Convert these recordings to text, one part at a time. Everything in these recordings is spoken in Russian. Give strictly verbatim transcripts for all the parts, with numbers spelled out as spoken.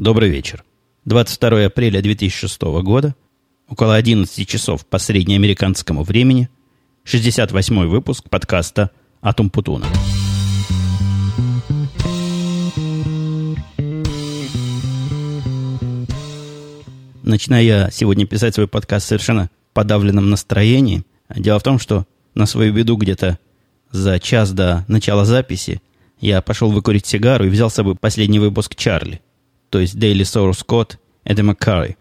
Добрый вечер. двадцать второе апреля две тысячи шестого года, около одиннадцати часов по среднеамериканскому времени, шестьдесят восьмой выпуск подкаста «Атум Путуна». Начинаю я сегодня писать свой подкаст в совершенно подавленном настроении. Дело в том, что на свою беду где-то за час до начала записи я пошел выкурить сигару и взял с собой последний выпуск «Чарли», то есть Daily Source Code Эдама Карри.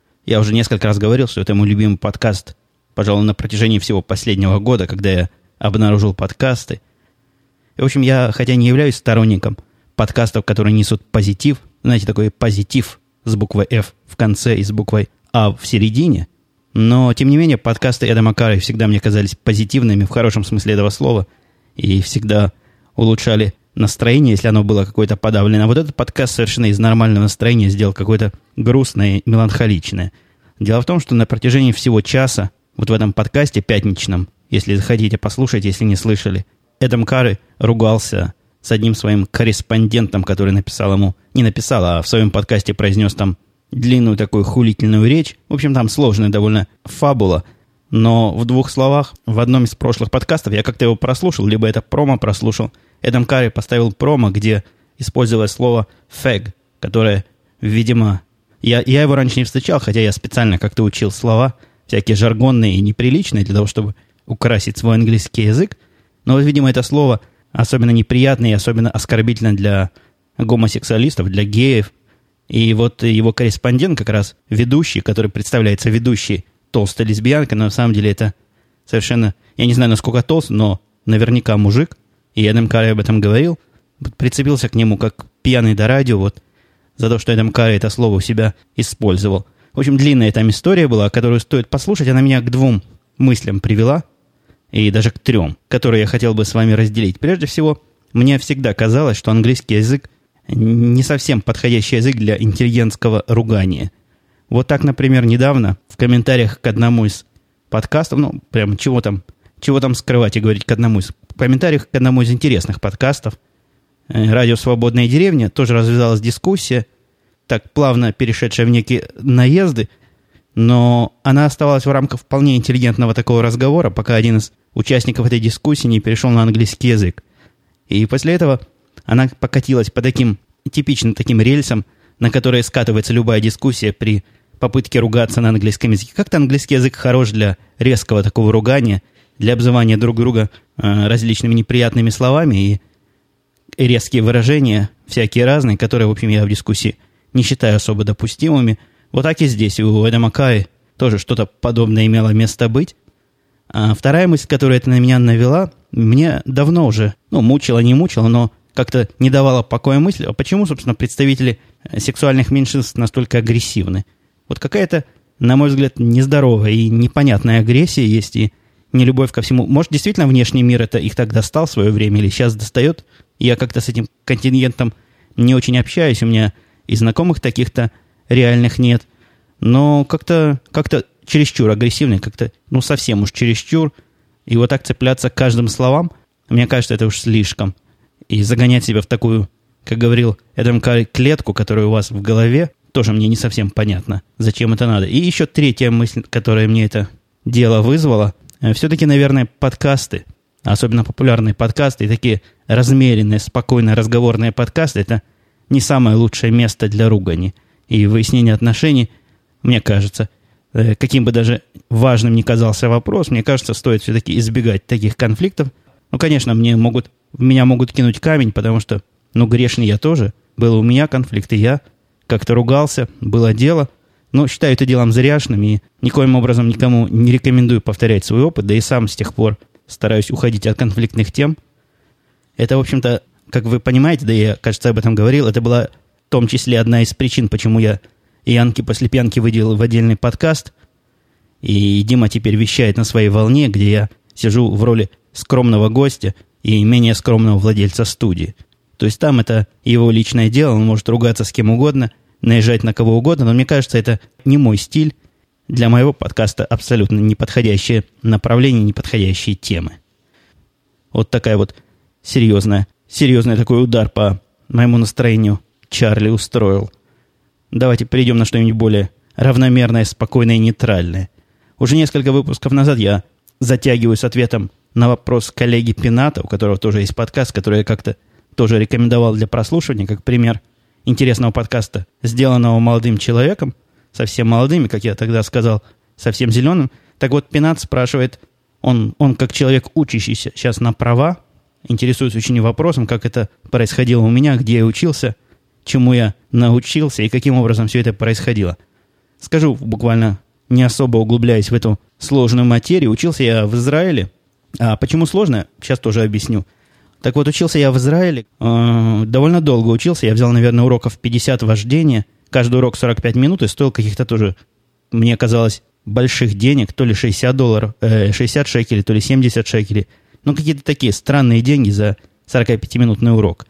Я уже несколько раз говорил, что это мой любимый подкаст, пожалуй, на протяжении всего последнего года, когда я обнаружил подкасты. И, в общем, я, хотя не являюсь сторонником подкастов, которые несут позитив, знаете, такой позитив с буквой F в конце и с буквой А в середине, но, тем не менее, подкасты Эдама Карри всегда мне казались позитивными в хорошем смысле этого слова и всегда улучшали настроение, если оно было какое-то подавленное. А вот этот подкаст совершенно из нормального настроения сделал какое-то грустное, меланхоличное. Дело в том, что на протяжении всего часа, вот в этом подкасте пятничном, если хотите послушать, если не слышали, Эдам Карри ругался с одним своим корреспондентом, который написал ему, не написал, а в своем подкасте произнес там длинную такую хулительную речь. В общем, там сложная довольно фабула, но в двух словах, в одном из прошлых подкастов, я как-то его прослушал, либо это промо прослушал, Эдам Карри поставил промо, где использовалось слово «фэг», которое, видимо... Я, я его раньше не встречал, хотя я специально как-то учил слова, всякие жаргонные и неприличные, для того, чтобы украсить свой английский язык. Но, вот, видимо, это слово особенно неприятное и особенно оскорбительно для гомосексуалистов, для геев. И вот его корреспондент, как раз ведущий, который представляется ведущей толстой лесбиянкой, но на самом деле это совершенно... Я не знаю, насколько толст, но наверняка мужик. И Эдам Карри об этом говорил, прицепился к нему как пьяный до радио, вот, за то, что Эдам Карри это слово у себя использовал. В общем, длинная там история была, которую стоит послушать. Она меня к двум мыслям привела, и даже к трем, которые я хотел бы с вами разделить. Прежде всего, мне всегда казалось, что английский язык не совсем подходящий язык для интеллигентского ругания. Вот так, например, недавно в комментариях к одному из подкастов, ну, прям чего там, чего там скрывать и говорить к одному из В комментариях к одному из интересных подкастов «Радио Свободная деревня» тоже развязалась дискуссия, так плавно перешедшая в некие наезды, но она оставалась в рамках вполне интеллигентного такого разговора, пока один из участников этой дискуссии не перешел на английский язык. И после этого она покатилась по таким типичным таким рельсам, на которые скатывается любая дискуссия при попытке ругаться на английском языке. Как-то английский язык хорош для резкого такого ругания, для обзывания друг друга э, различными неприятными словами и, и резкие выражения, всякие разные, которые, в общем, я в дискуссии не считаю особо допустимыми. Вот так и здесь у Эдама Карри тоже что-то подобное имело место быть. А вторая мысль, которая это на меня навела, мне давно уже, ну, мучила, не мучила, но как-то не давала покоя мысль, а почему, собственно, представители сексуальных меньшинств настолько агрессивны? Вот какая-то, на мой взгляд, нездоровая и непонятная агрессия есть, и нелюбовь ко всему. Может, действительно, внешний мир это их так достал в свое время или сейчас достает. Я как-то с этим контингентом не очень общаюсь, у меня и знакомых таких-то реальных нет. Но как-то, как-то чересчур агрессивный, как-то, ну, совсем уж чересчур. И вот так цепляться к каждым словам, мне кажется, это уж слишком. И загонять себя в такую, как говорил Эдам Карри, клетку, которая у вас в голове, тоже мне не совсем понятно, зачем это надо. И еще третья мысль, которая мне это дело вызвала, все-таки, наверное, подкасты, особенно популярные подкасты, и такие размеренные, спокойные разговорные подкасты, это не самое лучшее место для ругани и выяснения отношений, мне кажется. Каким бы даже важным ни казался вопрос, мне кажется, стоит все-таки избегать таких конфликтов. Ну, конечно, мне могут, в меня могут кинуть камень, потому что, ну, грешный я тоже. Был у меня конфликт, и я как-то ругался, было дело. Но считаю это делом зряшным и никоим образом никому не рекомендую повторять свой опыт, да и сам с тех пор стараюсь уходить от конфликтных тем. Это, в общем-то, как вы понимаете, да я, кажется, об этом говорил, это была в том числе одна из причин, почему я Янки после пьянки выделил в отдельный подкаст, и Дима теперь вещает на своей волне, где я сижу в роли скромного гостя и менее скромного владельца студии. То есть там это его личное дело, он может ругаться с кем угодно, наезжать на кого угодно, но мне кажется, это не мой стиль. Для моего подкаста абсолютно неподходящее направление, неподходящие темы. Вот такая вот серьезная, серьезный такой удар по моему настроению Чарли устроил. давайте перейдем на что-нибудь более равномерное, спокойное и нейтральное. Уже несколько выпусков назад я затягиваю с ответом на вопрос коллеги Пината, у которого тоже есть подкаст, который я как-то тоже рекомендовал для прослушивания, как пример интересного подкаста, сделанного молодым человеком, совсем молодым, и, как я тогда сказал, совсем зеленым. Так вот, Пинат спрашивает, он, он как человек, учащийся сейчас на права, интересуется очень вопросом, как это происходило у меня, где я учился, чему я научился и каким образом все это происходило. Скажу буквально, не особо углубляясь в эту сложную материю, учился я в Израиле. А почему сложно, сейчас тоже объясню. Так вот, учился я в Израиле, э, довольно долго учился, я взял, наверное, уроков пятьдесят вождения, каждый урок сорок пять минут и стоил каких-то тоже, мне казалось, больших денег, то ли шестьдесят долларов, э, шестьдесят шекелей, то ли семьдесят шекелей. Ну, какие-то такие странные деньги за сорокапятиминутный урок.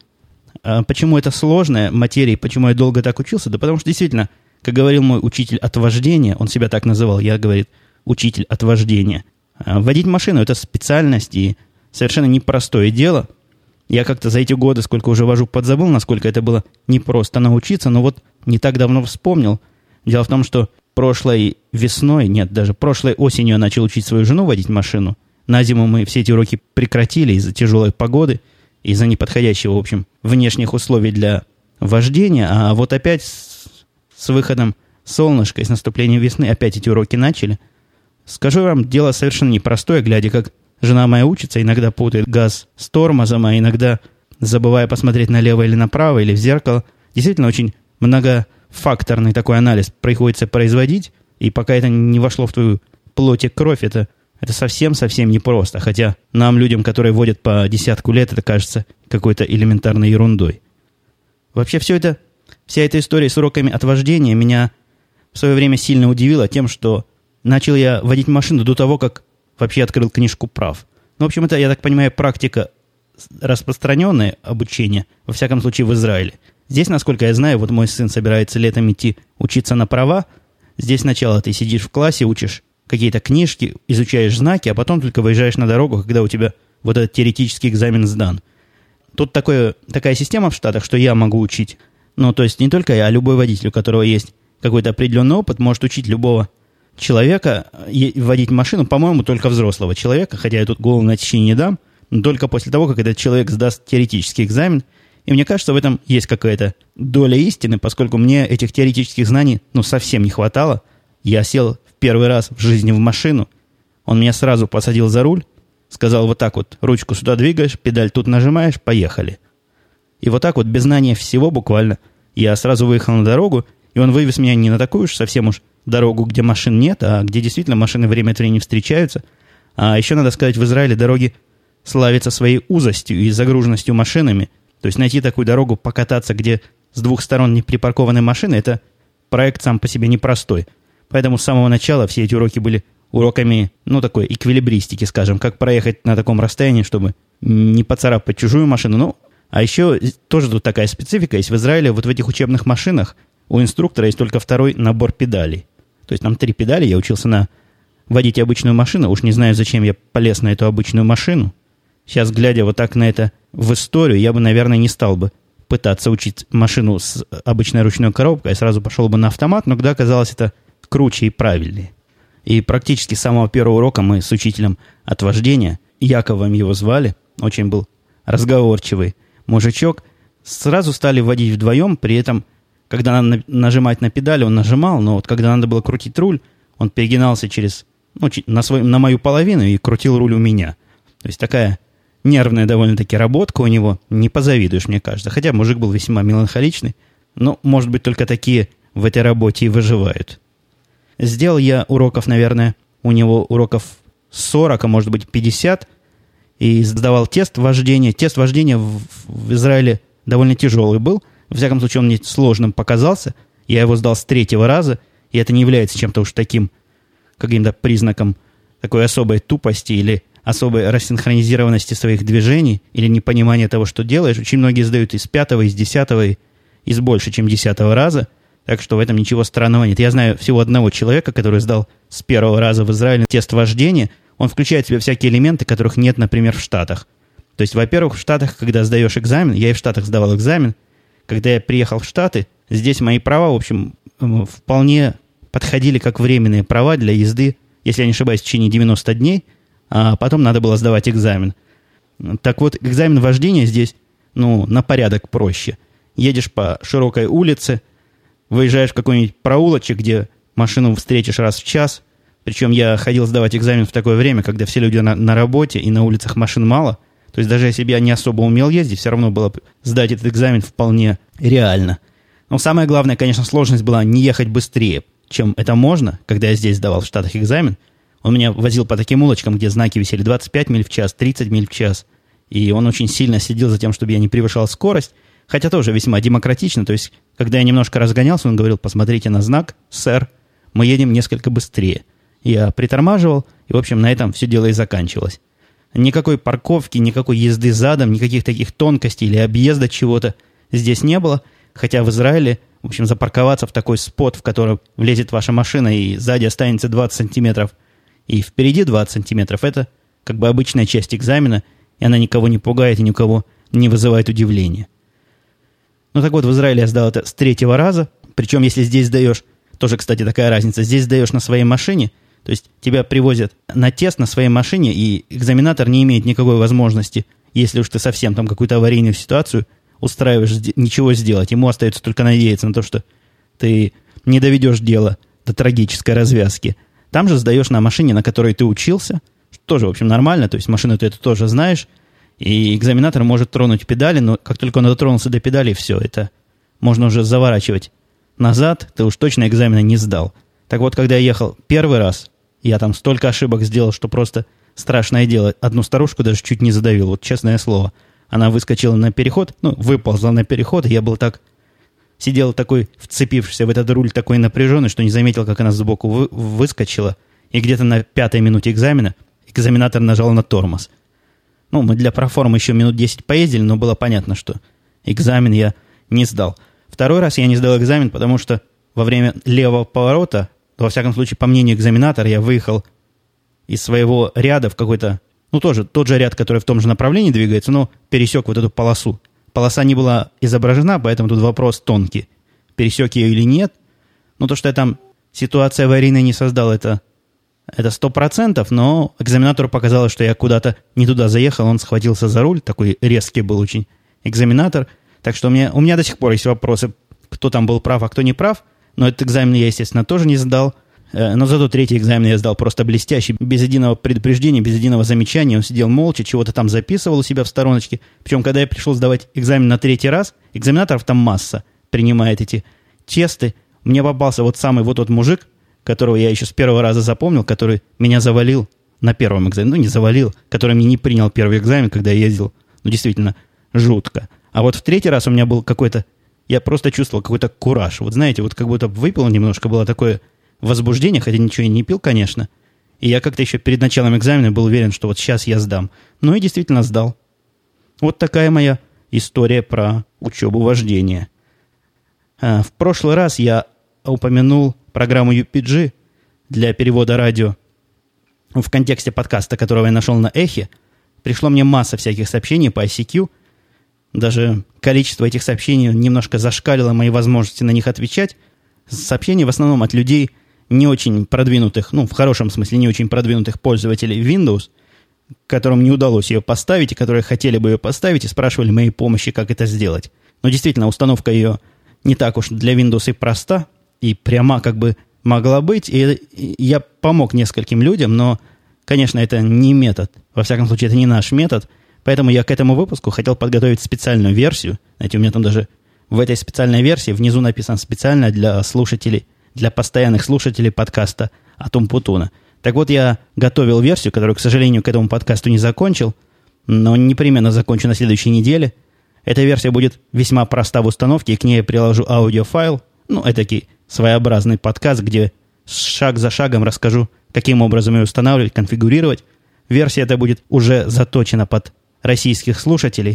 А почему это сложная материя, почему я долго так учился? Да потому что, действительно, как говорил мой учитель от вождения, он себя так называл, я, говорит, учитель от вождения. А водить машину – это специальность и совершенно непростое дело. Я как-то за эти годы, сколько уже вожу, подзабыл, насколько это было непросто научиться, но вот не так давно вспомнил. Дело в том, что прошлой весной, нет, даже прошлой осенью я начал учить свою жену водить машину. На зиму мы все эти уроки прекратили из-за тяжелой погоды, из-за неподходящего, в общем, внешних условий для вождения. А вот опять с, с выходом солнышка и с наступлением весны опять эти уроки начали. Скажу вам, дело совершенно непростое, глядя, как жена моя учится, иногда путает газ с тормозом, а иногда забывая посмотреть налево или направо, или в зеркало. Действительно, очень многофакторный такой анализ приходится производить, и пока это не вошло в твою плоть и кровь, это... Это совсем-совсем непросто, хотя нам, людям, которые водят по десятку лет, это кажется какой-то элементарной ерундой. Вообще все это, вся эта история с уроками от вождения меня в свое время сильно удивила тем, что начал я водить машину до того, как вообще открыл книжку прав. Ну, в общем, это, я так понимаю, практика распространенное обучение, во всяком случае в Израиле. Здесь, насколько я знаю, вот мой сын собирается летом идти учиться на права. Здесь сначала ты сидишь в классе, учишь какие-то книжки, изучаешь знаки, а потом только выезжаешь на дорогу, когда у тебя вот этот теоретический экзамен сдан. Тут такое, такая система в Штатах, что я могу учить. Ну, то есть не только я, а любой водитель, у которого есть какой-то определенный опыт, может учить любого человека водить машину, по-моему, только взрослого человека, хотя я тут голову на отсечение не дам, но только после того, как этот человек сдаст теоретический экзамен. И мне кажется, в этом есть какая-то доля истины, поскольку мне этих теоретических знаний, ну, совсем не хватало. Я сел первый раз в жизни в машину, он меня сразу посадил за руль, сказал вот так вот, ручку сюда двигаешь, педаль тут нажимаешь, поехали. И вот так вот, без знания всего буквально, я сразу выехал на дорогу, и он вывез меня не на такую уж совсем уж дорогу, где машин нет, а где действительно машины время от времени встречаются. А еще, надо сказать, в Израиле дороги славятся своей узостью и загруженностью машинами. То есть найти такую дорогу, покататься, где с двух сторон не припаркованы машины, это проект сам по себе непростой. Поэтому с самого начала все эти уроки были уроками, ну, такой эквилибристики, скажем, как проехать на таком расстоянии, чтобы не поцарапать чужую машину. Ну, а еще тоже тут такая специфика есть. В Израиле вот в этих учебных машинах у инструктора есть только второй набор педалей. То есть там три педали, я учился на водить обычную машину, уж не знаю, зачем я полез на эту обычную машину. Сейчас, глядя вот так на это в историю, я бы, наверное, не стал бы пытаться учить машину с обычной ручной коробкой, я сразу пошел бы на автомат, но когда оказалось это круче и правильнее. И практически с самого первого урока мы с учителем от вождения, Яковом его звали, очень был разговорчивый мужичок, сразу стали водить вдвоем, при этом, когда надо нажимать на педали, он нажимал, но вот когда надо было крутить руль, он перегинался через, ну, на, свой, на мою половину и крутил руль у меня. То есть такая нервная довольно-таки работка у него, не позавидуешь, мне кажется. Хотя мужик был весьма меланхоличный, но, может быть, только такие в этой работе и выживают. Сделал я уроков, наверное, у него уроков сорок, а может быть пятьдесят, и сдавал тест вождения. Тест вождения в, в Израиле довольно тяжелый был. Во всяком случае, он мне сложным показался. Я его сдал с третьего раза, и это не является чем-то уж таким, каким-то признаком такой особой тупости или особой рассинхронизированности своих движений или непонимания того, что делаешь. Очень многие сдают из пятого, из десятого, и из больше, чем десятого раза. Так что в этом ничего странного нет. Я знаю всего одного человека, который сдал с первого раза в Израиле тест вождения. Он включает в себя всякие элементы, которых нет, например, в Штатах. То есть, во-первых, в Штатах, когда сдаешь экзамен, я и в Штатах сдавал экзамен, когда я приехал в Штаты, здесь мои права, в общем, вполне подходили как временные права для езды, если я не ошибаюсь, в течение девяноста дней, а потом надо было сдавать экзамен. Так вот, экзамен вождения здесь, ну, на порядок проще. Едешь по широкой улице, выезжаешь в какой-нибудь проулочек, где машину встретишь раз в час. Причем я ходил сдавать экзамен в такое время, когда все люди на, на работе и на улицах машин мало. То есть даже если бы я не особо умел ездить, все равно было сдать этот экзамен вполне реально. Но самое главное, конечно, сложность была не ехать быстрее, чем это можно, когда я здесь сдавал в Штатах экзамен. Он меня возил по таким улочкам, где знаки висели двадцать пять миль в час, тридцать миль в час. И он очень сильно следил за тем, чтобы я не превышал скорость. Хотя тоже весьма демократично. То есть, когда я немножко разгонялся, он говорил: посмотрите на знак, сэр, мы едем несколько быстрее. Я притормаживал, и, в общем, на этом все дело и заканчивалось. Никакой парковки, никакой езды задом, никаких таких тонкостей или объезда чего-то здесь не было. Хотя в Израиле, в общем, запарковаться в такой спот, в который влезет ваша машина, и сзади останется двадцать сантиметров, и впереди двадцать сантиметров, это как бы обычная часть экзамена, и она никого не пугает и никого не вызывает удивления. Ну так вот, в Израиле я сдал это с третьего раза. Причем, если здесь сдаешь, тоже, кстати, такая разница, здесь сдаешь на своей машине, то есть тебя привозят на тест на своей машине, и экзаменатор не имеет никакой возможности, если уж ты совсем там какую-то аварийную ситуацию устраиваешь, ничего сделать. Ему остается только надеяться на то, что ты не доведешь дело до трагической развязки. Там же сдаешь на машине, на которой ты учился, что тоже, в общем, нормально, то есть машину ты это тоже знаешь, и экзаменатор может тронуть педали, но как только он дотронулся до педали, все, это можно уже заворачивать назад, ты уж точно экзамена не сдал. Так вот, когда я ехал первый раз, я там столько ошибок сделал, что просто страшное дело. Одну старушку даже чуть не задавил, вот честное слово. Она выскочила на переход, ну, выползла на переход, и я был так... Сидел такой, вцепившийся в этот руль, такой напряженный, что не заметил, как она сбоку вы, выскочила. И где-то на пятой минуте экзамена экзаменатор нажал на тормоз. Ну, мы для проформы еще минут десять поездили, но было понятно, что экзамен я не сдал. Второй раз я не сдал экзамен, потому что во время левого поворота, во всяком случае, по мнению экзаменатора, я выехал из своего ряда в какой-то, ну, тоже тот же ряд, который в том же направлении двигается, но пересек вот эту полосу. Полоса не была изображена, поэтому тут вопрос тонкий. Пересек ее или нет. Ну, то, что я там ситуация аварийная не создал, это это сто процентов, но экзаменатору показалось, что я куда-то не туда заехал, он схватился за руль, такой резкий был очень экзаменатор. Так что у меня, у меня до сих пор есть вопросы, кто там был прав, а кто не прав. Но этот экзамен я, естественно, тоже не сдал. Но зато третий экзамен я сдал просто блестящий, без единого предупреждения, без единого замечания. Он сидел молча, чего-то там записывал у себя в стороночке. Причем, когда я пришел сдавать экзамен на третий раз, экзаменаторов там масса принимает эти тесты. Мне попался вот самый вот тот мужик, которого я еще с первого раза запомнил, который меня завалил на первом экзамене. Ну, не завалил, который мне не принял первый экзамен, когда я ездил. Ну, действительно, жутко. А вот в третий раз у меня был какой-то... Я просто чувствовал какой-то кураж. Вот знаете, вот как будто выпил немножко, было такое возбуждение, хотя ничего и не пил, конечно. И я как-то еще перед началом экзамена был уверен, что вот сейчас я сдам. Ну и действительно сдал. Вот такая моя история про учебу вождения. А, в прошлый раз я упомянул программу ю пи джи для перевода радио в контексте подкаста, которого я нашел на Эхе. Пришло мне масса всяких сообщений по ай си кью. Даже количество этих сообщений немножко зашкалило мои возможности на них отвечать. Сообщения в основном от людей не очень продвинутых, ну, в хорошем смысле, не очень продвинутых пользователей Windows, которым не удалось ее поставить, и которые хотели бы ее поставить, и спрашивали моей помощи, как это сделать. Но действительно, установка ее не так уж для Windows и проста, и пряма как бы могла быть. И я помог нескольким людям, но, конечно, это не метод. Во всяком случае, это не наш метод. Поэтому я к этому выпуску хотел подготовить специальную версию. Знаете, у меня там даже в этой специальной версии внизу написано специально для слушателей, для постоянных слушателей подкаста Атум Путуна. Так вот, я готовил версию, которую, к сожалению, к этому подкасту не закончил, но непременно закончу на следующей неделе. Эта версия будет весьма проста в установке, и к ней я приложу аудиофайл. Ну, этакий своеобразный подкаст, где шаг за шагом расскажу, каким образом ее устанавливать, конфигурировать. Версия эта будет уже заточена под российских слушателей,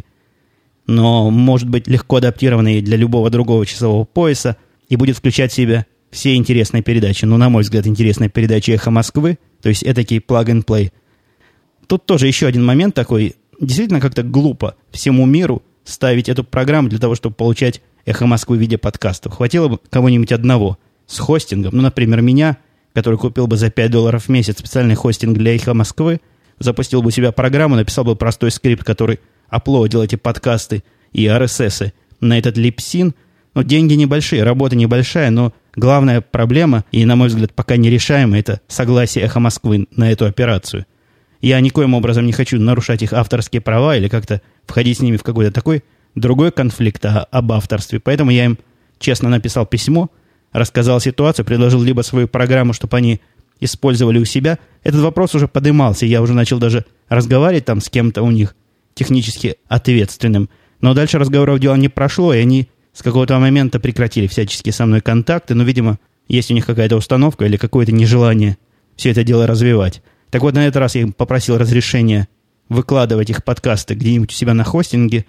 но может быть легко адаптированной для любого другого часового пояса и будет включать в себя все интересные передачи. Ну, на мой взгляд, интересные передачи «Эхо Москвы», то есть этакий plug-and-play. Тут тоже еще один момент такой. Действительно как-то глупо всему миру ставить эту программу для того, чтобы получать «Эхо Москвы» в виде подкастов. Хватило бы кого-нибудь одного с хостингом. Ну, например, меня, который купил бы за пять долларов в месяц специальный хостинг для «Эхо Москвы», запустил бы у себя программу, написал бы простой скрипт, который аплодил эти подкасты и ар эс эс на этот Libsyn. Ну, деньги небольшие, работа небольшая, но главная проблема, и, на мой взгляд, пока нерешаемая, это согласие «Эхо Москвы» на эту операцию. Я никоим образом не хочу нарушать их авторские права или как-то входить с ними в какой-то такой другой конфликт об авторстве. Поэтому я им честно написал письмо, рассказал ситуацию, предложил либо свою программу, чтобы они использовали у себя. Этот вопрос уже поднимался, я уже начал даже разговаривать там с кем-то у них технически ответственным. Но дальше разговоров дело не прошло, и они с какого-то момента прекратили всячески со мной контакты. Но, видимо, есть у них какая-то установка или какое-то нежелание все это дело развивать. Так вот, на этот раз я им попросил разрешения выкладывать их подкасты где-нибудь у себя на хостинге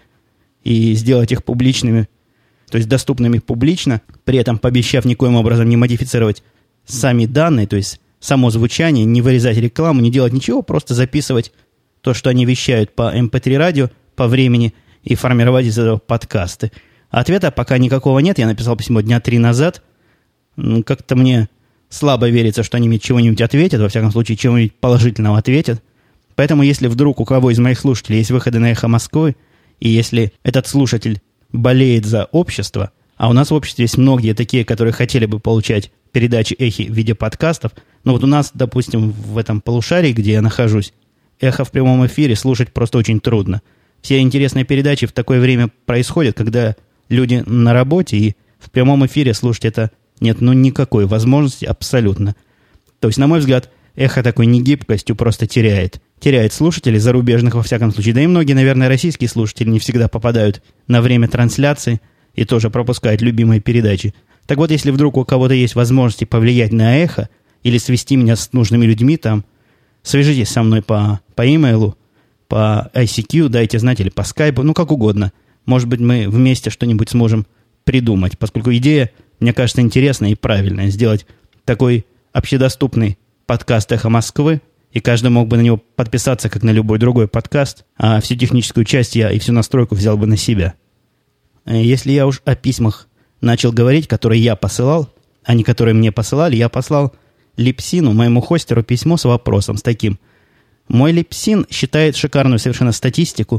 и сделать их публичными, то есть доступными публично, при этом пообещав никоим образом не модифицировать сами данные, то есть само звучание, не вырезать рекламу, не делать ничего, просто записывать то, что они вещают по эм пэ три радио, по времени, и формировать из этого подкасты. Ответа пока никакого нет. Я написал письмо дня три назад. Как-то мне слабо верится, что они мне чего-нибудь ответят, во всяком случае, чего-нибудь положительного ответят. Поэтому, если вдруг у кого из моих слушателей есть выходы на «Эхо Москвы», и если этот слушатель болеет за общество, а у нас в обществе есть многие такие, которые хотели бы получать передачи «Эхи» в виде подкастов, но вот у нас, допустим, в этом полушарии, где я нахожусь, «Эхо» в прямом эфире слушать просто очень трудно. Все интересные передачи в такое время происходят, когда люди на работе, и в прямом эфире слушать это нет ну никакой возможности абсолютно. То есть, на мой взгляд, «Эхо» такой негибкостью просто теряет. Теряет слушателей зарубежных во всяком случае. Да и многие, наверное, российские слушатели не всегда попадают на время трансляции и тоже пропускают любимые передачи. Так вот, если вдруг у кого-то есть возможности повлиять на «Эхо» или свести меня с нужными людьми там, свяжитесь со мной по, по имейлу, по ай си кью, дайте знать, или по скайпу, ну как угодно. Может быть, мы вместе что-нибудь сможем придумать, поскольку идея, мне кажется, интересная и правильная. Сделать такой общедоступный подкаст «Эхо Москвы», и каждый мог бы на него подписаться, как на любой другой подкаст, а всю техническую часть я и всю настройку взял бы на себя. Если я уж о письмах начал говорить, которые я посылал, а не которые мне посылали, я послал Libsyn, моему хостеру, письмо с вопросом, с таким. Мой Libsyn считает шикарную совершенно статистику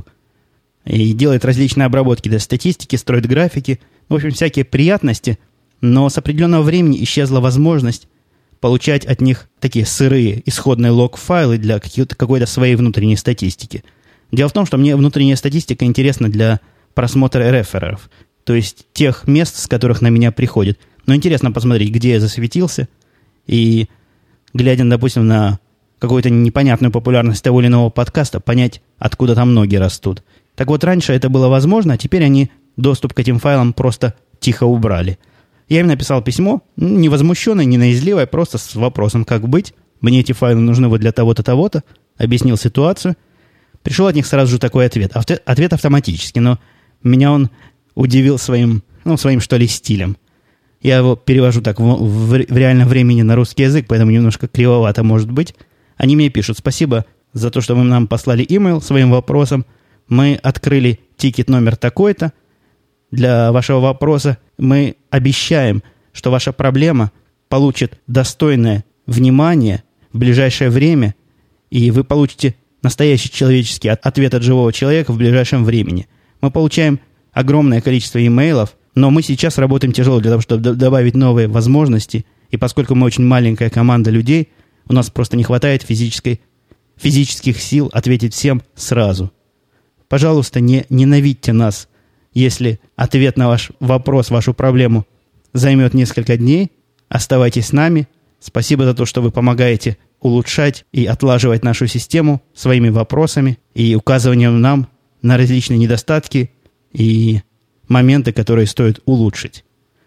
и делает различные обработки для статистики, строит графики, в общем, всякие приятности, но с определенного времени исчезла возможность получать от них такие сырые исходные лог-файлы для какой-то своей внутренней статистики. Дело в том, что мне внутренняя статистика интересна для просмотра рефереров, то есть тех мест, с которых на меня приходит. Но интересно посмотреть, где я засветился, и, глядя, допустим, на какую-то непонятную популярность того или иного подкаста, понять, откуда там ноги растут. Так вот, раньше это было возможно, а теперь они доступ к этим файлам просто тихо убрали. Я им написал письмо, не возмущенное, не наизливое, просто с вопросом, как быть. Мне эти файлы нужны вот для того-то, того-то. Объяснил ситуацию. Пришел от них сразу же такой ответ. Ответ автоматически, но меня он удивил своим, ну, своим, что ли, стилем. Я его перевожу так в, в, в реальном времени на русский язык, поэтому немножко кривовато может быть. Они мне пишут: спасибо за то, что вы нам послали имейл своим вопросом. Мы открыли тикет номер такой-то для вашего вопроса. Мы обещаем, что ваша проблема получит достойное внимание в ближайшее время, и вы получите настоящий человеческий ответ от живого человека в ближайшем времени. Мы получаем огромное количество имейлов, но мы сейчас работаем тяжело для того, чтобы добавить новые возможности, и поскольку мы очень маленькая команда людей, у нас просто не хватает физической, физических сил ответить всем сразу. Пожалуйста, не ненавидьте нас, если ответ на ваш вопрос, вашу проблему займет несколько дней. Оставайтесь с нами. Спасибо за то, что вы помогаете улучшать и отлаживать нашу систему своими вопросами и указыванием нам на различные недостатки и моменты, которые стоит улучшить.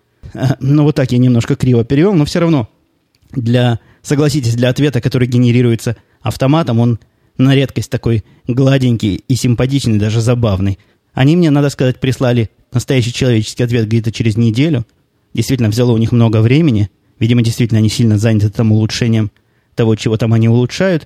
Ну, вот так я немножко криво перевел, но все равно, для, согласитесь, для ответа, который генерируется автоматом, он на редкость такой гладенький и симпатичный, даже забавный. Они мне, надо сказать, прислали настоящий человеческий ответ где-то через неделю. Действительно, взяло у них много времени. Видимо, действительно, они сильно заняты там улучшением того, чего там они улучшают.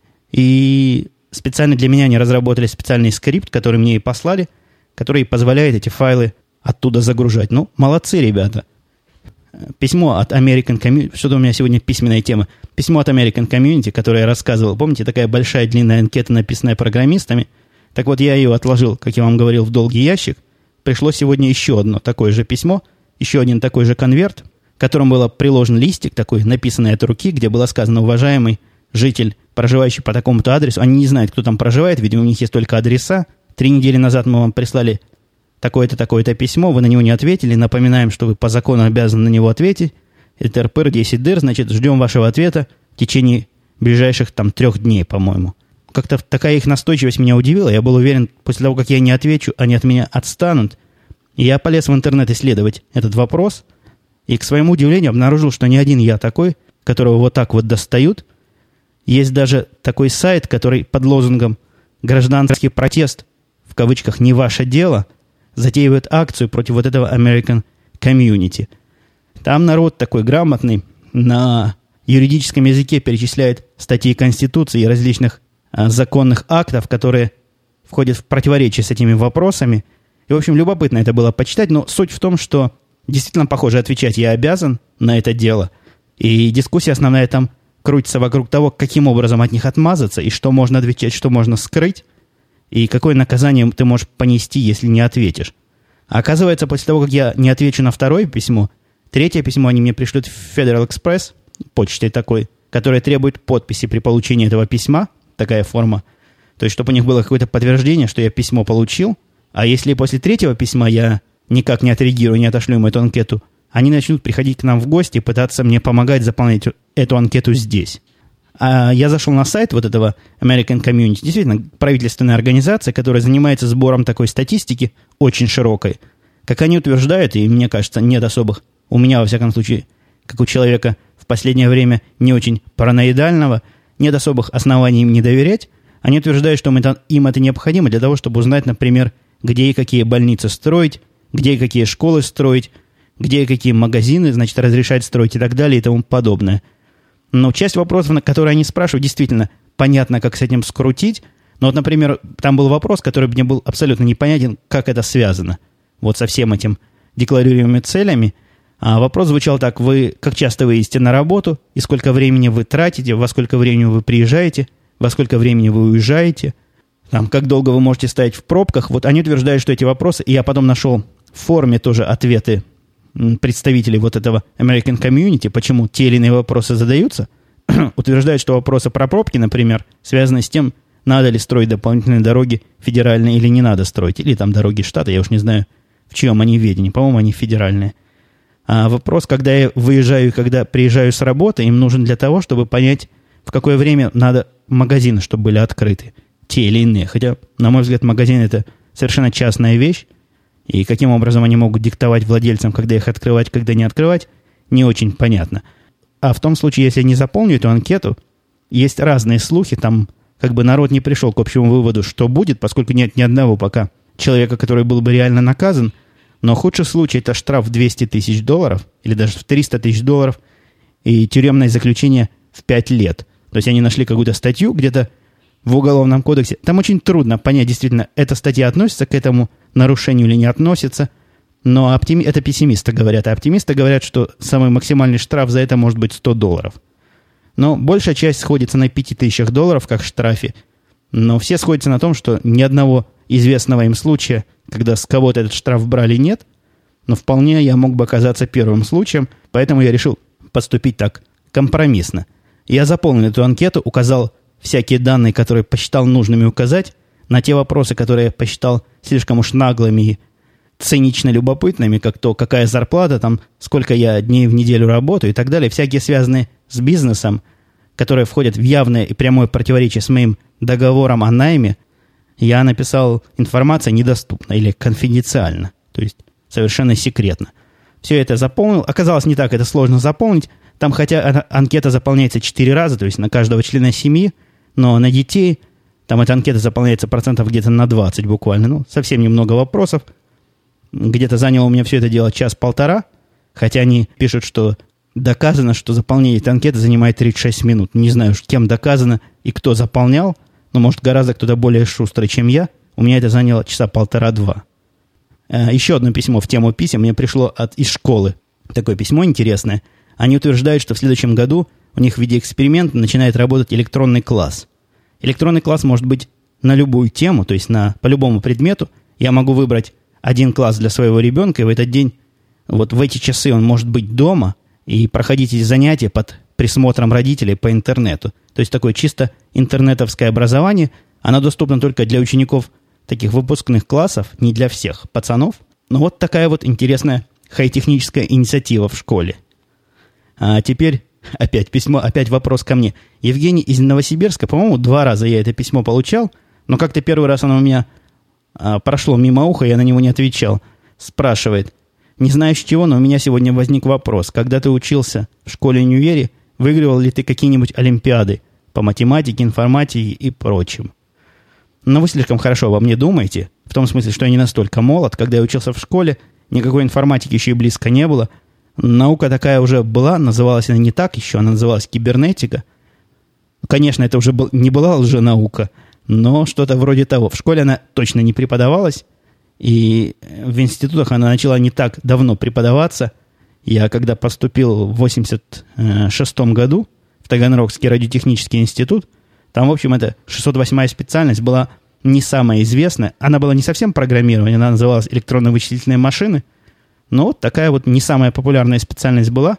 И специально для меня они разработали специальный скрипт, который мне и послали, который позволяет эти файлы оттуда загружать. Ну, молодцы, ребята. Письмо от American Community, что-то у меня сегодня письменная тема. Письмо от American Community, которое я рассказывал. Помните, такая большая длинная анкета, написанная программистами? Так вот, я ее отложил, как я вам говорил, в долгий ящик. Пришло сегодня еще одно такое же письмо, еще один такой же конверт, к которому был приложен листик такой, написанный от руки, где было сказано: уважаемый житель, проживающий по такому-то адресу. Они не знают, кто там проживает, видимо, у них есть только адреса. Три недели назад мы вам прислали такое-то, такое-то письмо, вы на него не ответили. Напоминаем, что вы по закону обязаны на него ответить. Это эр пэ эр десять дыр, значит, ждем вашего ответа в течение ближайших там трех дней, по-моему. Как-то такая их настойчивость меня удивила. Я был уверен, после того, как я не отвечу, они от меня отстанут. И я полез в интернет исследовать этот вопрос. И, к своему удивлению, обнаружил, что не один я такой, которого вот так вот достают. Есть даже такой сайт, который под лозунгом «Гражданский протест», в кавычках, «не ваше дело», затеивает акцию против вот этого American Community. Там народ такой грамотный, на юридическом языке перечисляет статьи Конституции и различных а, законных актов, которые входят в противоречие с этими вопросами. И, в общем, любопытно это было почитать, но суть в том, что действительно, похоже, отвечать я обязан на это дело. И дискуссия основная там крутится вокруг того, каким образом от них отмазаться, и что можно отвечать, что можно скрыть, и какое наказание ты можешь понести, если не ответишь. А оказывается, после того, как я не отвечу на второе письмо, третье письмо они мне пришлют в Federal Express, почтой такой, которая требует подписи при получении этого письма, такая форма. То есть, чтобы у них было какое-то подтверждение, что я письмо получил. А если после третьего письма я никак не отреагирую, не отошлю им эту анкету, они начнут приходить к нам в гости и пытаться мне помогать заполнять эту анкету здесь. А я зашел на сайт вот этого American Community, действительно правительственная организация, которая занимается сбором такой статистики, очень широкой. Как они утверждают, и мне кажется, нет особых, у меня, во всяком случае, как у человека в последнее время не очень параноидального, нет особых оснований им не доверять. Они утверждают, что им это необходимо для того, чтобы узнать, например, где и какие больницы строить, где и какие школы строить, где и какие магазины, значит, разрешать строить и так далее и тому подобное. Но часть вопросов, на которые они спрашивают, действительно понятно, как с этим скрутить. Но вот, например, там был вопрос, который мне был абсолютно непонятен, как это связано вот со всем этим декларируемыми целями. А вопрос звучал так: вы как часто вы ездите на работу, и сколько времени вы тратите, во сколько времени вы приезжаете, во сколько времени вы уезжаете, там, как долго вы можете стоять в пробках. Вот они утверждают, что эти вопросы, и я потом нашел в форуме тоже ответы представителей вот этого American Community, почему те или иные вопросы задаются, утверждают, что вопросы про пробки, например, связаны с тем, надо ли строить дополнительные дороги федеральные или не надо строить, или там дороги штата, я уж не знаю, в чьем они ведении, по-моему, они федеральные. А вопрос, когда я выезжаю и когда приезжаю с работы, им нужен для того, чтобы понять, в какое время надо магазины, чтобы были открыты, те или иные. Хотя, на мой взгляд, магазин – это совершенно частная вещь, и каким образом они могут диктовать владельцам, когда их открывать, когда не открывать, не очень понятно. А в том случае, если я не заполню эту анкету, есть разные слухи, там как бы народ не пришел к общему выводу, что будет, поскольку нет ни одного пока человека, который был бы реально наказан. Но худший случай – это штраф в двести тысяч долларов, или даже в триста тысяч долларов, и тюремное заключение в пять лет. То есть они нашли какую-то статью где-то в Уголовном кодексе. Там очень трудно понять, действительно, эта статья относится к этому нарушению или не относится. Но оптими... это пессимисты говорят. А оптимисты говорят, что самый максимальный штраф за это может быть сто долларов. Но большая часть сходится на пяти тысячах долларов, как штрафе. Но все сходятся на том, что ни одного известного им случая, когда с кого-то этот штраф брали, нет. Но вполне я мог бы оказаться первым случаем. Поэтому я решил поступить так компромиссно. Я заполнил эту анкету, указал всякие данные, которые посчитал нужными указать, на те вопросы, которые я посчитал слишком уж наглыми и цинично любопытными, как то, какая зарплата, там, сколько я дней в неделю работаю и так далее, всякие связанные с бизнесом, которые входят в явное и прямое противоречие с моим договором о найме, я написал: информация недоступна или конфиденциальна, то есть совершенно секретно. Все это заполнил. Оказалось, не так это сложно заполнить. Там, хотя анкета заполняется четыре раза, то есть на каждого члена семьи, но на детей там эта анкета заполняется процентов где-то на двадцать буквально. Ну, совсем немного вопросов. Где-то заняло у меня все это дело час-полтора, хотя они пишут, что доказано, что заполнение этой анкеты занимает тридцать шесть минут. Не знаю, кем доказано и кто заполнял, но, может, гораздо кто-то более шустрый, чем я. У меня это заняло часа полтора-два. Еще одно письмо в тему писем мне пришло от, из школы. такое письмо интересное. Они утверждают, что в следующем году у них в виде эксперимента начинает работать электронный класс. Электронный класс может быть на любую тему, то есть на, по любому предмету. Я могу выбрать один класс для своего ребенка, и в этот день, вот в эти часы он может быть дома и проходить эти занятия под присмотром родителей по интернету. То есть такое чисто интернетовское образование, оно доступно только для учеников таких выпускных классов, не для всех пацанов. Но вот такая вот интересная хай-техническая инициатива в школе. А теперь опять письмо, опять вопрос ко мне. Евгений из Новосибирска, по-моему, два раза я это письмо получал, но как-то первый раз оно у меня а, прошло мимо уха, я на него не отвечал. Спрашивает: не знаю с чего, но у меня сегодня возник вопрос. Когда ты учился в школе и универе, выигрывал ли ты какие-нибудь олимпиады по математике, информатике и прочим? Но вы слишком хорошо обо мне думаете, в том смысле, что я не настолько молод. Когда я учился в школе, никакой информатики еще и близко не было. Наука такая уже была, называлась она не так еще, она называлась кибернетика. Конечно, это уже был, не была лженаука, но что-то вроде того. В школе она точно не преподавалась, и в институтах она начала не так давно преподаваться. Я когда поступил в восемьдесят шестом году в Таганрогский радиотехнический институт, там, в общем, эта шестьсот восьмая специальность была не самая известная. Она была не совсем программирование, она называлась электронно-вычислительные машины. Но вот такая вот не самая популярная специальность была.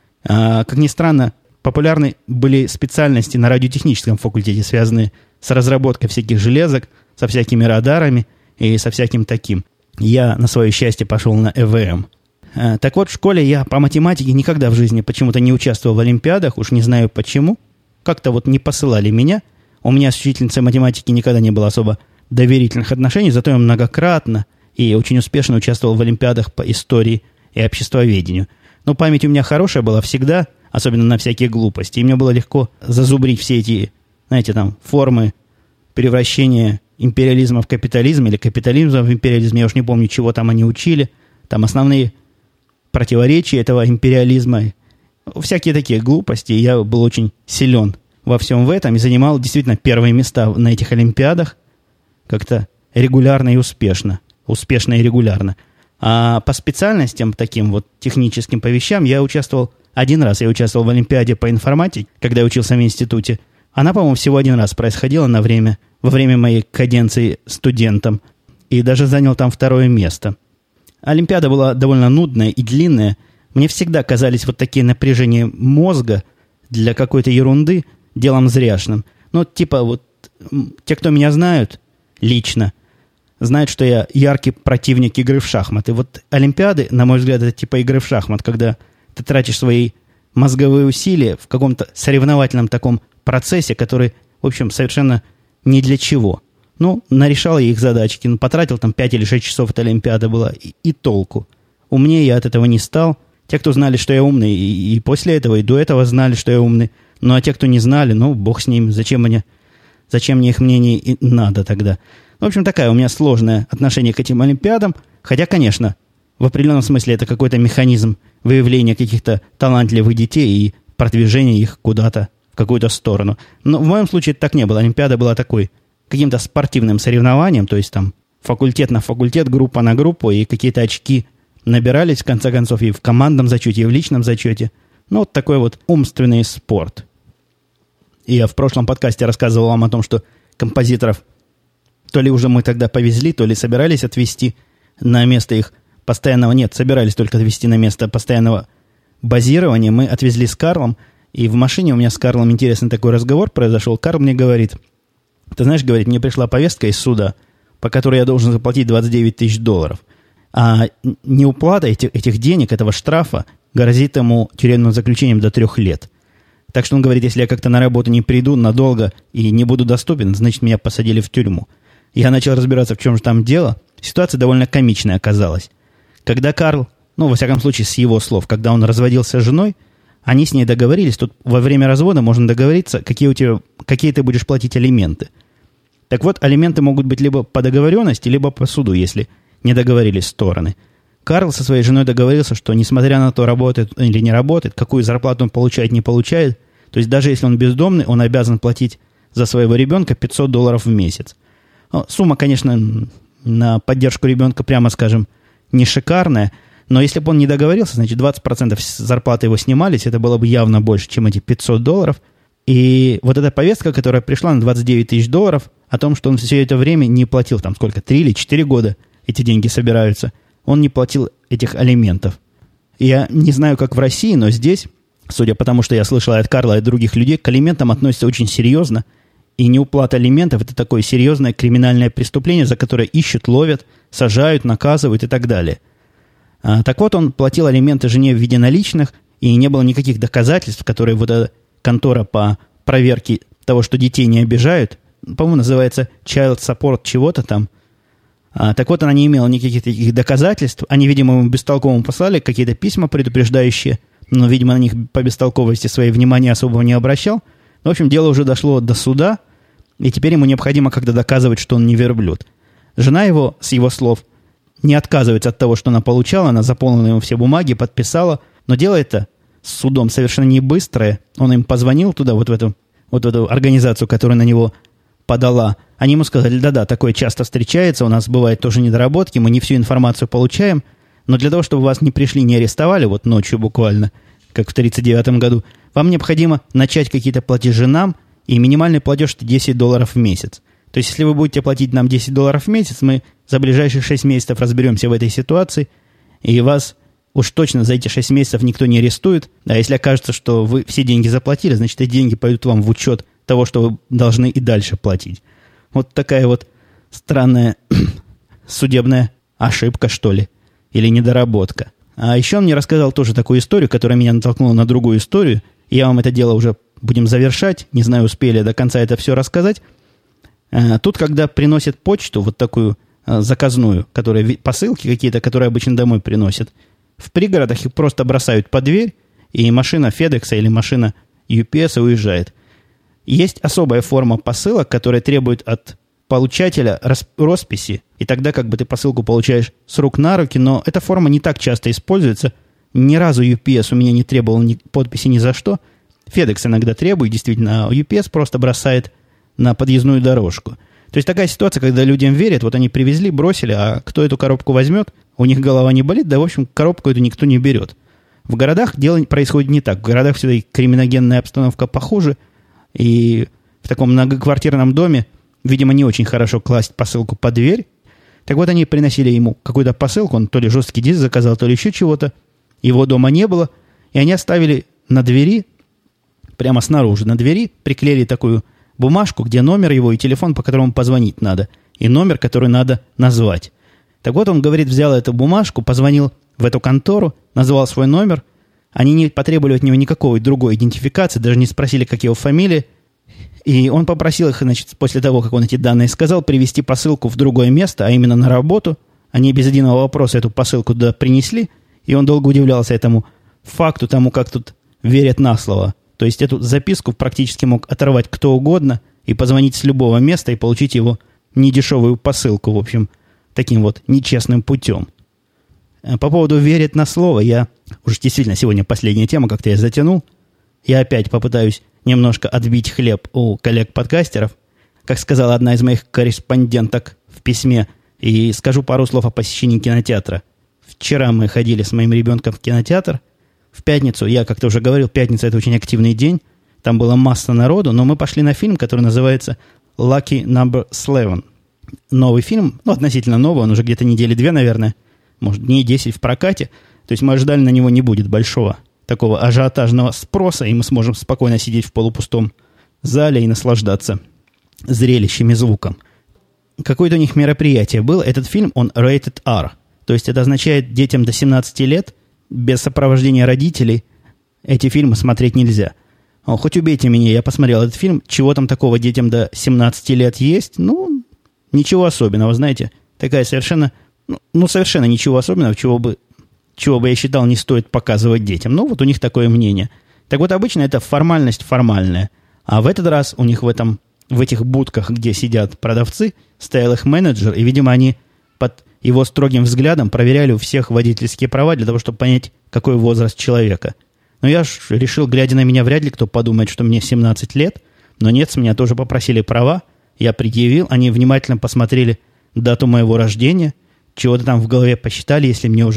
А, как ни странно, популярны были специальности на радиотехническом факультете, связанные с разработкой всяких железок, со всякими радарами и со всяким таким. Я, на свое счастье, пошел на э вэ эм. А, так вот, в школе я по математике никогда в жизни почему-то не участвовал в олимпиадах, уж не знаю почему. Как-то вот не посылали меня. У меня с учительницей математики никогда не было особо доверительных отношений, зато я многократно и очень успешно участвовал в олимпиадах по истории и обществоведению. Но память у меня хорошая была всегда, особенно на всякие глупости. И мне было легко зазубрить все эти, знаете, там, формы превращения империализма в капитализм или капитализма в империализм. Я уж не помню, чего там они учили. Там основные противоречия этого империализма. Всякие такие глупости. Я был очень силен во всем в этом и занимал действительно первые места на этих олимпиадах как-то регулярно и успешно. Успешно и регулярно. А по специальностям, таким вот техническим по вещам, я участвовал один раз. Я участвовал в олимпиаде по информатике, когда я учился в институте. Она, по-моему, всего один раз происходила на время, во время моей каденции студентом. И даже занял там второе место. Олимпиада была довольно нудная и длинная. Мне всегда казались вот такие напряжения мозга для какой-то ерунды делом зряшным. Ну, типа вот те, кто меня знают лично, знают, что я яркий противник игры в шахматы. Вот олимпиады, на мой взгляд, это типа игры в шахмат, когда ты тратишь свои мозговые усилия в каком-то соревновательном таком процессе, который, в общем, совершенно ни для чего. Ну, нарешал я их задачки, ну, потратил там пять или шесть часов, эта олимпиада была, и, и толку. Умнее я от этого не стал. Те, кто знали, что я умный, и, и после этого, и до этого знали, что я умный. Ну, а те, кто не знали, ну, бог с ним, зачем мне, зачем мне их мнение и надо тогда? В общем, такая у меня сложное отношение к этим олимпиадам. Хотя, конечно, в определенном смысле это какой-то механизм выявления каких-то талантливых детей и продвижения их куда-то, в какую-то сторону. Но в моем случае это так не было. Олимпиада была такой, каким-то спортивным соревнованием, то есть там факультет на факультет, группа на группу, и какие-то очки набирались, в конце концов, и в командном зачете, и в личном зачете. Ну, вот такой вот умственный спорт. И я в прошлом подкасте рассказывал вам о том, что композиторов то ли уже мы тогда повезли, то ли собирались отвезти на место их постоянного... Нет, собирались только отвезти на место постоянного базирования. Мы отвезли с Карлом, и в машине у меня с Карлом интересный такой разговор произошел. Карл мне говорит: ты знаешь, говорит, мне пришла повестка из суда, по которой я должен заплатить двадцать девять тысяч долларов. А неуплата этих, этих денег, этого штрафа, грозит ему тюремным заключением до трех лет. Так что он говорит, если я как-то на работу не приду надолго и не буду доступен, значит, меня посадили в тюрьму. Я начал разбираться, в чем же там дело. Ситуация довольно комичная оказалась. Когда Карл, ну, во всяком случае, с его слов, когда он разводился с женой, они с ней договорились, тут во время развода можно договориться, какие у тебя, какие ты будешь платить алименты. Так вот, алименты могут быть либо по договоренности, либо по суду, если не договорились стороны. Карл со своей женой договорился, что несмотря на то, работает или не работает, какую зарплату он получает, не получает, то есть даже если он бездомный, он обязан платить за своего ребенка пятьсот долларов в месяц. Сумма, конечно, на поддержку ребенка, прямо скажем, не шикарная, Но если бы он не договорился, значит, двадцать процентов зарплаты его снимались, это было бы явно больше, чем эти пятьсот долларов. И вот эта повестка, которая пришла на двадцать девять тысяч долларов, о том, что он все это время не платил, там сколько, три или четыре года эти деньги собираются, он не платил этих алиментов. Я не знаю, как в России, но здесь, судя по тому, что я слышал от Карла и от других людей, к алиментам относятся очень серьезно. И неуплата алиментов – это такое серьезное криминальное преступление, за которое ищут, ловят, сажают, наказывают и так далее. А, так вот, он платил алименты жене в виде наличных, и не было никаких доказательств, которые вот эта контора по проверке того, что детей не обижают, по-моему, называется Child Support чего-то там. А, так вот, она не имела никаких таких доказательств. Они, видимо, ему бестолково послали какие-то письма предупреждающие, но, видимо, на них по бестолковости своей внимания особого не обращал. В общем, дело уже дошло до суда, и теперь ему необходимо как-то доказывать, что он не верблюд. Жена его, с его слов, не отказывается от того, что она получала, она заполнила ему все бумаги, подписала, но дело это с судом совершенно не быстрое. Он им позвонил туда, вот в эту, вот в эту организацию, которая на него подала. Они ему сказали, да-да, такое часто встречается, у нас бывают тоже недоработки, мы не всю информацию получаем, но для того, чтобы вас не пришли, не арестовали, вот ночью буквально, как в тридцать девятом году, вам необходимо начать какие-то платежи нам, и минимальный платеж – это десять долларов в месяц. То есть, если вы будете платить нам десять долларов в месяц, мы за ближайшие шесть месяцев разберемся в этой ситуации, и вас уж точно за эти шесть месяцев никто не арестует. А если окажется, что вы все деньги заплатили, значит, эти деньги пойдут вам в учет того, что вы должны и дальше платить. Вот такая вот странная судебная ошибка, что ли, или недоработка. А еще он мне рассказал тоже такую историю, которая меня натолкнула на другую историю. Я вам это дело уже будем завершать. Не знаю, успели до конца это все рассказать. Тут, когда приносят почту, вот такую заказную, которая, посылки какие-то, которые обычно домой приносят, в пригородах их просто бросают под дверь, и машина FedEx или машина ю пи эс уезжает. Есть особая форма посылок, которая требует от получателя росписи, и тогда как бы ты посылку получаешь с рук на руки, но эта форма не так часто используется. Ни разу ю пи эс у меня не требовал ни подписи ни за что. FedEx иногда требует, действительно, а ю пи эс просто бросает на подъездную дорожку. То есть такая ситуация, когда людям верят, вот они привезли, бросили, а кто эту коробку возьмет, у них голова не болит, да, в общем, коробку эту никто не берет. В городах дело происходит не так. В городах все-таки криминогенная обстановка похуже, и в таком многоквартирном доме, видимо, не очень хорошо класть посылку под дверь. Так вот, они приносили ему какую-то посылку, он то ли жесткий диск заказал, то ли еще чего-то. Его дома не было, и они оставили на двери, прямо снаружи, на двери приклеили такую бумажку, где номер его и телефон, по которому позвонить надо, и номер, который надо назвать. Так вот, он, говорит, взял эту бумажку, позвонил в эту контору, назвал свой номер, они не потребовали от него никакой другой идентификации, даже не спросили, как его фамилия, и он попросил их, значит, после того, как он эти данные сказал, привезти посылку в другое место, а именно на работу. Они без единого вопроса эту посылку туда принесли, и он долго удивлялся этому факту, тому, как тут верят на слово. То есть эту записку практически мог оторвать кто угодно и позвонить с любого места и получить его недешевую посылку, в общем, таким вот нечестным путем. По поводу «верить на слово», я уже действительно сегодня последняя тема, как-то я затянул. Я опять попытаюсь немножко отбить хлеб у коллег-подкастеров. Как сказала одна из моих корреспонденток в письме, и скажу пару слов о посещении кинотеатра. Вчера мы ходили с моим ребенком в кинотеатр. В пятницу, я как-то уже говорил, пятница – это очень активный день. Там была масса народу, но мы пошли на фильм, который называется «Lucky Number Eleven». Новый фильм, ну, относительно новый, он уже где-то недели две, наверное, может, дней десять в прокате. То есть мы ожидали, на него не будет большого такого ажиотажного спроса, и мы сможем спокойно сидеть в полупустом зале и наслаждаться зрелищем и звуком. Какое-то у них мероприятие было. Этот фильм, он rated R. То есть это означает, детям до семнадцати лет без сопровождения родителей эти фильмы смотреть нельзя. О, хоть убейте меня, я посмотрел этот фильм. Чего там такого детям до семнадцати лет есть? Ну, ничего особенного, знаете. Такая совершенно, ну, ну совершенно ничего особенного, чего бы, чего бы я считал не стоит показывать детям. Ну, вот у них такое мнение. Так вот, обычно это формальность формальная. А в этот раз у них в этом, в этих будках, где сидят продавцы, стоял их менеджер, и, видимо, они под его строгим взглядом проверяли у всех водительские права для того, чтобы понять, какой возраст человека. Но я ж решил, глядя на меня, вряд ли кто подумает, что мне семнадцать лет. Но нет, с меня тоже попросили права. Я предъявил, они внимательно посмотрели дату моего рождения, чего-то там в голове посчитали, если мне уже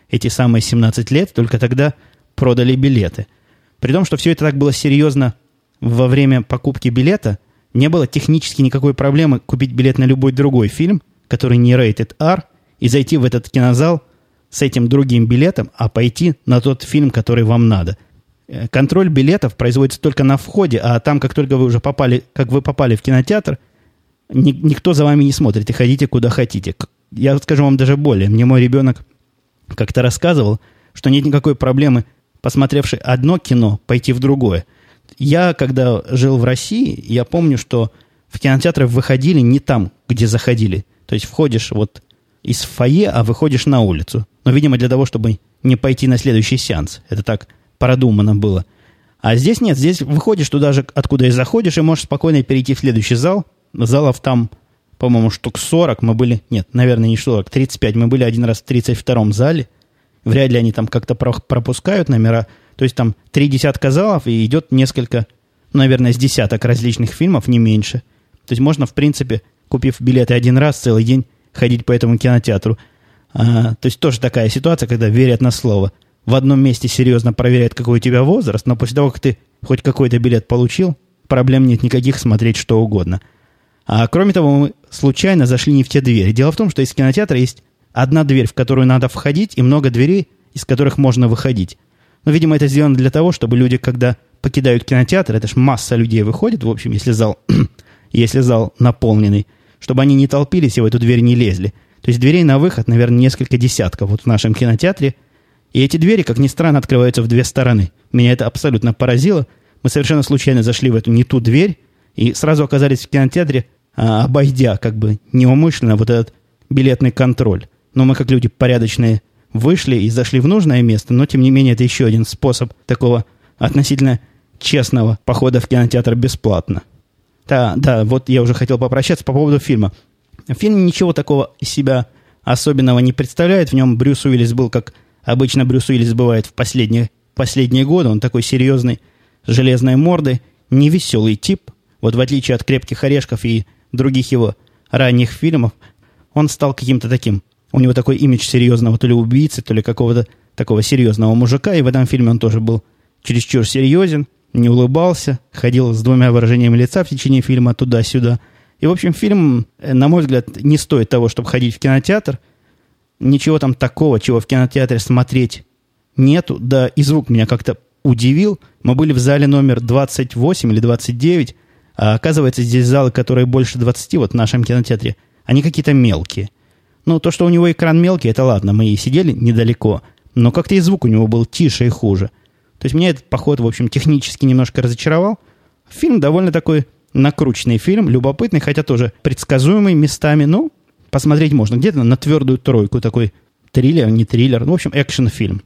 эти самые семнадцать лет, только тогда продали билеты. При том, что все это так было серьезно во время покупки билета, не было технически никакой проблемы купить билет на любой другой фильм, который не rated R, и зайти в этот кинозал с этим другим билетом, а пойти на тот фильм, который вам надо. Контроль билетов производится только на входе, а там, как только вы уже попали, как вы попали в кинотеатр, ни, никто за вами не смотрит, и ходите куда хотите. Я скажу вам даже более. Мне мой ребенок как-то рассказывал, что нет никакой проблемы, посмотревши одно кино, пойти в другое. Я, когда жил в России, я помню, что в кинотеатры выходили не там, где заходили. То есть входишь вот из фойе, а выходишь на улицу. Но, видимо, для того, чтобы не пойти на следующий сеанс. Это так продумано было. А здесь нет. Здесь выходишь туда же, откуда и заходишь, и можешь спокойно перейти в следующий зал. Залов там, по-моему, штук сорок. Мы были... Нет, наверное, не сорок, тридцать пять. Мы были один раз в тридцать втором зале. Вряд ли они там как-то пропускают номера. То есть там три десятка залов, и идет несколько, наверное, с десяток различных фильмов, не меньше. То есть можно, в принципе, купив билеты один раз, целый день ходить по этому кинотеатру. А, то есть тоже такая ситуация, когда верят на слово. В одном месте серьезно проверяют, какой у тебя возраст, но после того, как ты хоть какой-то билет получил, проблем нет никаких смотреть что угодно. А кроме того, мы случайно зашли не в те двери. Дело в том, что из кинотеатра есть одна дверь, в которую надо входить, и много дверей, из которых можно выходить. Но, видимо, это сделано для того, чтобы люди, когда покидают кинотеатр, это ж масса людей выходит, в общем, если зал, если зал наполненный, чтобы они не толпились и в эту дверь не лезли. То есть дверей на выход, наверное, несколько десятков вот в нашем кинотеатре. И эти двери, как ни странно, открываются в две стороны. Меня это абсолютно поразило. Мы совершенно случайно зашли в эту не ту дверь и сразу оказались в кинотеатре, обойдя как бы неумышленно вот этот билетный контроль. Но мы, как люди порядочные, вышли и зашли в нужное место, но, тем не менее, это еще один способ такого относительно честного похода в кинотеатр бесплатно. Да, да, вот я уже хотел попрощаться по поводу фильма. Фильм ничего такого из себя особенного не представляет. В нем Брюс Уиллис был, как обычно Брюс Уиллис бывает в последние, последние годы. Он такой серьезный, с железной мордой, невеселый тип. Вот в отличие от «Крепких орешков» и других его ранних фильмов, он стал каким-то таким. У него такой имидж серьезного то ли убийцы, то ли какого-то такого серьезного мужика. И в этом фильме он тоже был чересчур серьезен, не улыбался, ходил с двумя выражениями лица в течение фильма туда-сюда. И, в общем, фильм, на мой взгляд, не стоит того, чтобы ходить в кинотеатр. Ничего там такого, чего в кинотеатре смотреть нету. Да и звук меня как-то удивил. Мы были в зале номер двадцать восемь или двадцать девять, а оказывается, здесь залы, которые больше двадцати, вот в нашем кинотеатре, они какие-то мелкие. Ну, то, что у него экран мелкий, это ладно, мы и сидели недалеко, но как-то и звук у него был тише и хуже. То есть меня этот поход, в общем, технически немножко разочаровал. Фильм довольно такой накрученный фильм, любопытный, хотя тоже предсказуемый местами. Ну, посмотреть можно. Где-то на твердую тройку такой триллер, не триллер. Ну, в общем, экшн-фильм.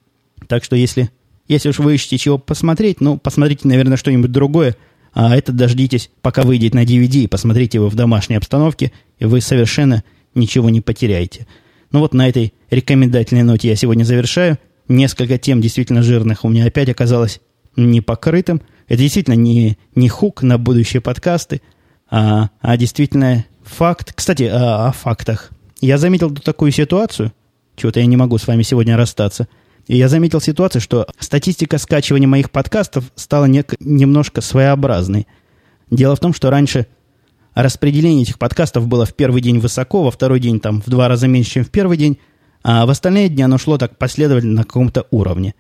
Так что если, если уж вы ищете чего посмотреть, ну, посмотрите, наверное, что-нибудь другое. А это дождитесь, пока выйдет на ди ви ди, и посмотрите его в домашней обстановке, и вы совершенно ничего не потеряете. Ну вот на этой рекомендательной ноте я сегодня завершаю. Несколько тем действительно жирных у меня опять оказалось не покрытым. Это действительно не, не хук на будущие подкасты, а, а действительно факт. Кстати, о, о фактах. Я заметил тут такую ситуацию, чего-то я не могу с вами сегодня расстаться. И я заметил ситуацию, что статистика скачивания моих подкастов стала не, немножко своеобразной. Дело в том, что раньше распределение этих подкастов было в первый день высоко, во второй день там в два раза меньше, чем в первый день, а в остальные дни оно шло так последовательно на каком-то уровне.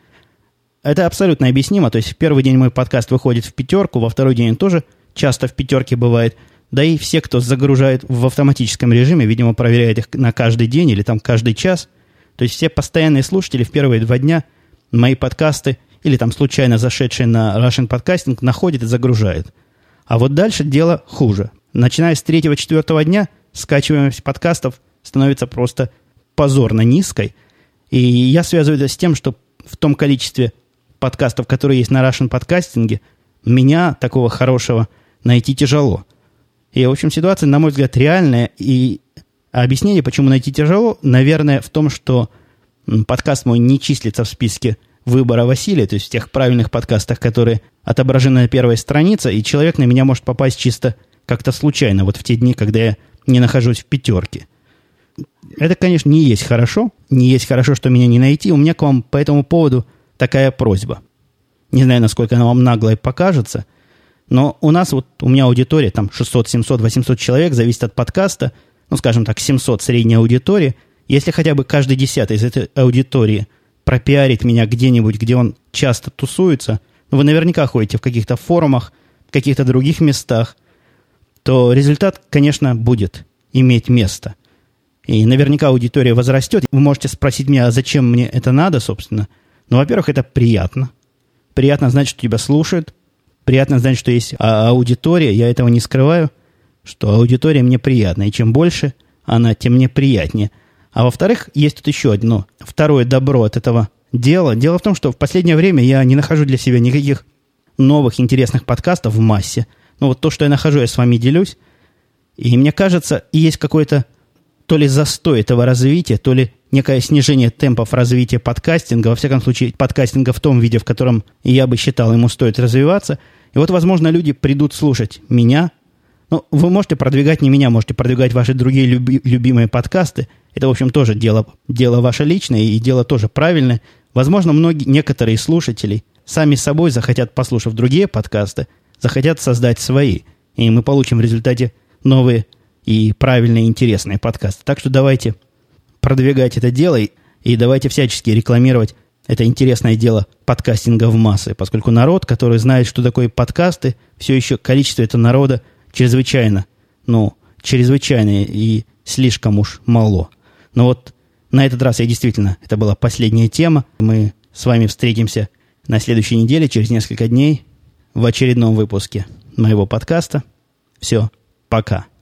Это абсолютно объяснимо. То есть в первый день мой подкаст выходит в пятерку, во второй день он тоже часто в пятерке бывает. Да и все, кто загружает в автоматическом режиме, видимо, проверяет их на каждый день или там каждый час. То есть все постоянные слушатели в первые два дня мои подкасты или там случайно зашедшие на Russian Podcasting находят и загружают. А вот дальше дело хуже. Начиная с третьего-четвертого дня скачиваемость подкастов становится просто позорно низкой. И я связываю это с тем, что в том количестве подкастов, которые есть на Russian Podcasting, меня, такого хорошего, найти тяжело. И, в общем, ситуация, на мой взгляд, реальная. И объяснение, почему найти тяжело, наверное, в том, что подкаст мой не числится в списке выбора Василия, то есть в тех правильных подкастах, которые отображены на первой странице, и человек на меня может попасть чисто как-то случайно, вот в те дни, когда я не нахожусь в пятерке. Это, конечно, не есть хорошо. Не есть хорошо, что меня не найти. У меня к вам по этому поводу такая просьба. Не знаю, насколько она вам наглой покажется, но у нас вот, у меня аудитория там шестьсот, семьсот, восемьсот человек, зависит от подкаста, ну, скажем так, семьсот средняя аудитория. Если хотя бы каждый десятый из этой аудитории пропиарит меня где-нибудь, где он часто тусуется, ну, вы наверняка ходите в каких-то форумах, в каких-то других местах, то результат, конечно, будет иметь место. И наверняка аудитория возрастет. Вы можете спросить меня, а зачем мне это надо, собственно. Ну, во-первых, это приятно. Приятно знать, что тебя слушают. Приятно знать, что есть аудитория. Я этого не скрываю, что аудитория мне приятна. И чем больше она, тем мне приятнее. А во-вторых, есть тут еще одно, второе добро от этого дела. Дело в том, что в последнее время я не нахожу для себя никаких новых интересных подкастов в массе. Ну, вот то, что я нахожу, я с вами делюсь. И мне кажется, есть какой-то то ли застой этого развития, то ли некое снижение темпов развития подкастинга, во всяком случае, подкастинга в том виде, в котором я бы считал, ему стоит развиваться. И вот, возможно, люди придут слушать меня. Ну, вы можете продвигать не меня, можете продвигать ваши другие люби- любимые подкасты. Это, в общем, тоже дело, дело ваше личное и дело тоже правильное. Возможно, многие, некоторые слушатели сами с собой захотят, послушав другие подкасты, захотят создать свои. И мы получим в результате новые и правильные, интересные подкасты. Так что давайте продвигать это дело и, и давайте всячески рекламировать это интересное дело подкастинга в массы, поскольку народ, который знает, что такое подкасты, все еще количество этого народа чрезвычайно, ну, чрезвычайно и слишком уж мало. Но вот на этот раз я действительно, это была последняя тема. Мы с вами встретимся на следующей неделе, через несколько дней, в очередном выпуске моего подкаста. Все, пока.